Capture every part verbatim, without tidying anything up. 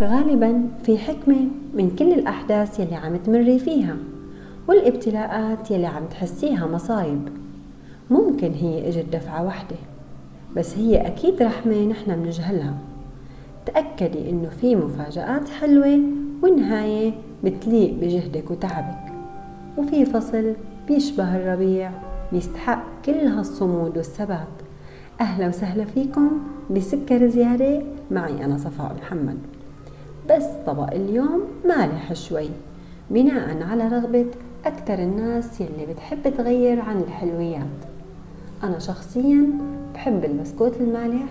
غالبا في حكمة من كل الأحداث يلي عم تمري فيها والابتلاءات يلي عم تحسيها مصايب. ممكن هي اجت دفعة واحدة، بس هي أكيد رحمة نحن منجهلها. تأكدي إنه في مفاجآت حلوة ونهاية بتليق بجهدك وتعبك، وفي فصل بيشبه الربيع بيستحق كل هالصمود والثبات. أهلا وسهلا فيكم بسكر زيادة معي أنا صفاء محمد. بس طبق اليوم مالح شوي بناء على رغبة أكتر الناس يلي بتحب تغير عن الحلويات. أنا شخصيا بحب البسكوت المالح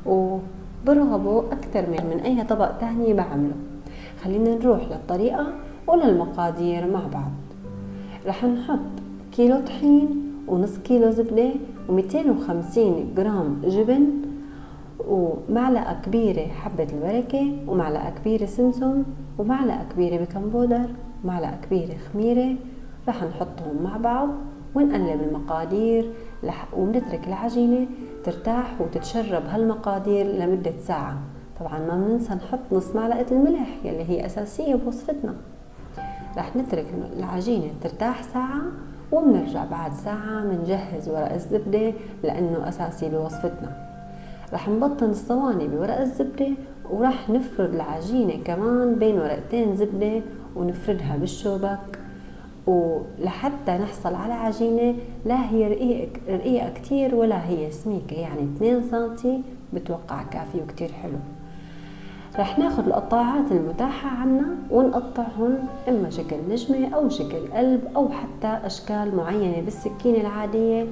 وبرغبه أكتر من أي طبق تاني بعمله. خلينا نروح للطريقة وللمقادير مع بعض. رح نحط كيلو طحين ونص كيلو زبدة ومئتين وخمسين جرام جبن ومعلقة كبيرة حبة البركة ومعلقة كبيرة سمسم ومعلقة كبيرة بيكنج بودر ومعلقة كبيرة خميرة. رح نحطهم مع بعض ونقلب المقادير ونترك العجينة ترتاح وتتشرب هالمقادير لمدة ساعة. طبعا ما بننسى نحط نص معلقة الملح يلي هي أساسية بوصفتنا. رح نترك العجينة ترتاح ساعة وبنرجع بعد ساعة منجهز ورق الزبدة لأنه أساسي بوصفتنا. رح نبطن الصواني بورق الزبدة ورح نفرد العجينة كمان بين ورقتين زبدة ونفردها بالشوبك، ولحتى نحصل على عجينة لا هي رقيقة, رقيقة كتير ولا هي سميكة، يعني اثنين سنتي بتوقع كافي وكتير حلو. رح ناخد القطاعات المتاحة عنا ونقطعهم إما شكل نجمة أو شكل قلب أو حتى أشكال معينة بالسكينة العادية،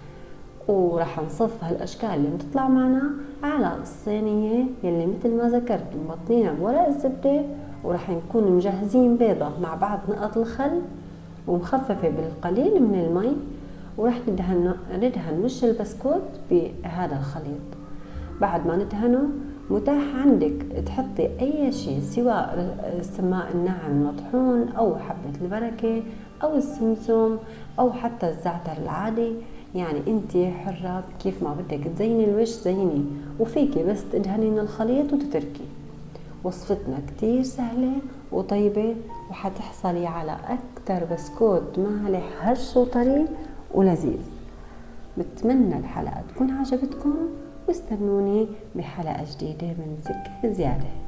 ورح نصف هالأشكال اللي بتطلع معنا على الصينية يلي مثل ما ذكرت مبطنينها بورق الزبدة، ورح نكون مجهزين بيضة مع بعض نقط الخل ومخففة بالقليل من المي، ورح ندهن ندهن وش البسكوت بهذا الخليط. بعد ما ندهنه متاح عندك تحطي أي شيء سواء السماء الناعم المطحون أو حبة البركة أو السمسم أو حتى الزعتر العادي، يعني انتي حرة كيف ما بدك تزيني الوش زيني، وفيكي بس تدهنين الخليط وتتركي. وصفتنا كتير سهلة وطيبة وحتحصلي على أكتر بسكوت مالح هش وطري ولذيذ. بتمنى الحلقة تكون عجبتكم واستنوني بحلقة جديدة من سكر زيادة.